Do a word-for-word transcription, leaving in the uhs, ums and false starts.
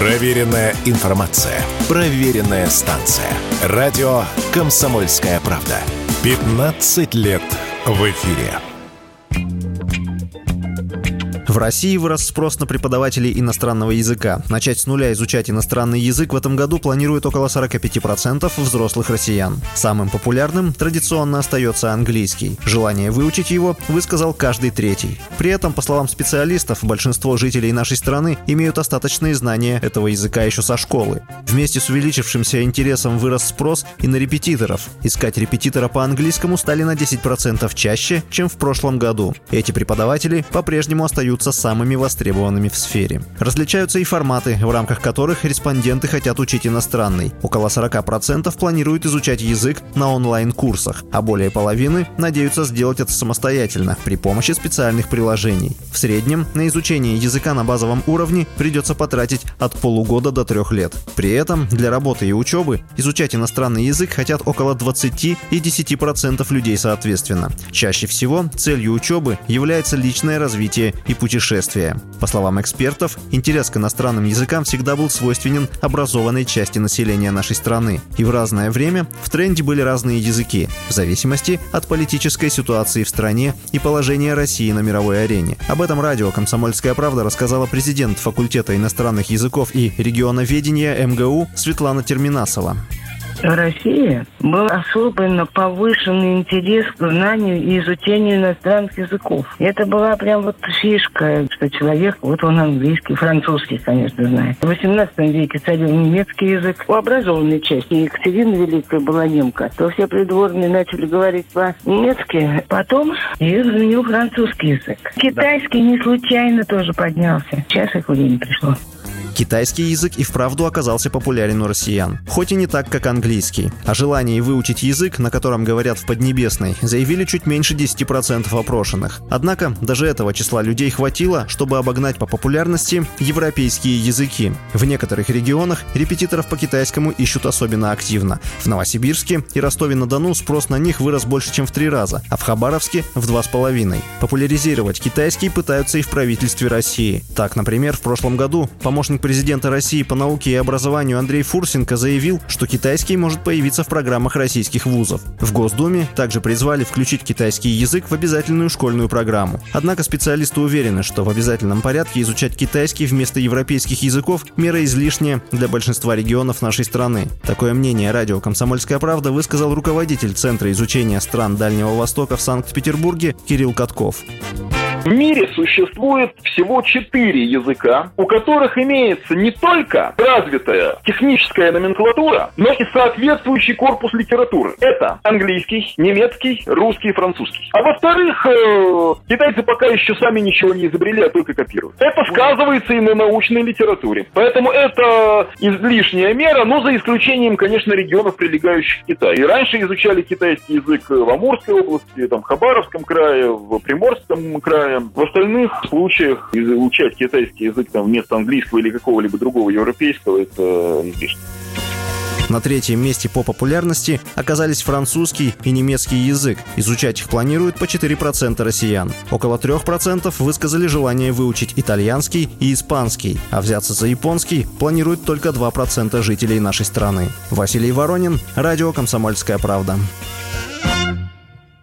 Проверенная информация. Проверенная станция. Радио «Комсомольская правда». пятнадцать лет в эфире. В России вырос спрос на преподавателей иностранного языка. Начать с нуля изучать иностранный язык в этом году планирует около сорок пять процентов взрослых россиян. Самым популярным традиционно остается английский. Желание выучить его высказал каждый третий. При этом, по словам специалистов, большинство жителей нашей страны имеют остаточные знания этого языка еще со школы. Вместе с увеличившимся интересом вырос спрос и на репетиторов. Искать репетитора по английскому стали на десять процентов чаще, чем в прошлом году. Эти преподаватели по-прежнему остаются самыми востребованными в сфере. Различаются и форматы, в рамках которых респонденты хотят учить иностранный. Около сорок процентов планируют изучать язык на онлайн-курсах, а более половины надеются сделать это самостоятельно при помощи специальных приложений. В среднем на изучение языка на базовом уровне придется потратить от полугода до трех лет. При этом для работы и учебы изучать иностранный язык хотят около двадцать и десять процентов людей соответственно. Чаще всего целью учебы является личное развитие и путешествие. Путешествия. По словам экспертов, интерес к иностранным языкам всегда был свойственен образованной части населения нашей страны. И в разное время в тренде были разные языки, в зависимости от политической ситуации в стране и положения России на мировой арене. Об этом радио «Комсомольская правда» рассказала президент факультета иностранных языков и регионоведения эм гэ у Светлана Терминасова. В России был особенно повышенный интерес к знанию и изучению иностранных языков. И это была прям вот фишка, что человек, вот он английский, французский, конечно, знает. В восемнадцатом веке царил немецкий язык. У образованной части Екатерина Великая была немка, то все придворные начали говорить по-немецки. Потом изменил французский язык. Китайский не случайно тоже поднялся. Сейчас их время пришло. Китайский язык и вправду оказался популярен у россиян. Хоть и не так, как английский. О желании выучить язык, на котором говорят в Поднебесной, заявили чуть меньше десять процентов опрошенных. Однако даже этого числа людей хватило, чтобы обогнать по популярности европейские языки. В некоторых регионах репетиторов по китайскому ищут особенно активно. В Новосибирске и Ростове-на-Дону спрос на них вырос больше, чем в три раза, а в Хабаровске – в два с половиной. Популяризировать китайский пытаются и в правительстве России. Так, например, в прошлом году помощник президента России по науке и образованию Андрей Фурсенко заявил, что китайский может появиться в программах российских вузов. В Госдуме также призвали включить китайский язык в обязательную школьную программу. Однако специалисты уверены, что в обязательном порядке изучать китайский вместо европейских языков – мера излишняя для большинства регионов нашей страны. Такое мнение радио «Комсомольская правда» высказал руководитель Центра изучения стран Дальнего Востока в Санкт-Петербурге Кирилл Катков. В мире существует всего четыре языка, у которых имеется не только развитая техническая номенклатура, но и соответствующий корпус литературы. Это английский, немецкий, русский и французский. А во-вторых, э, китайцы пока еще сами ничего не изобрели, а только копируют. Это сказывается и на научной литературе. Поэтому это излишняя мера, но за исключением, конечно, регионов, прилегающих к Китаю. И раньше изучали китайский язык в Амурской области, там, в Хабаровском крае, в Приморском крае. В остальных случаях изучать китайский язык там, вместо английского или какого-либо другого европейского – это излишне. На третьем месте по популярности оказались французский и немецкий язык. Изучать их планируют по четыре процента россиян. Около три процента высказали желание выучить итальянский и испанский, а взяться за японский планируют только два процента жителей нашей страны. Василий Воронин, радио «Комсомольская правда».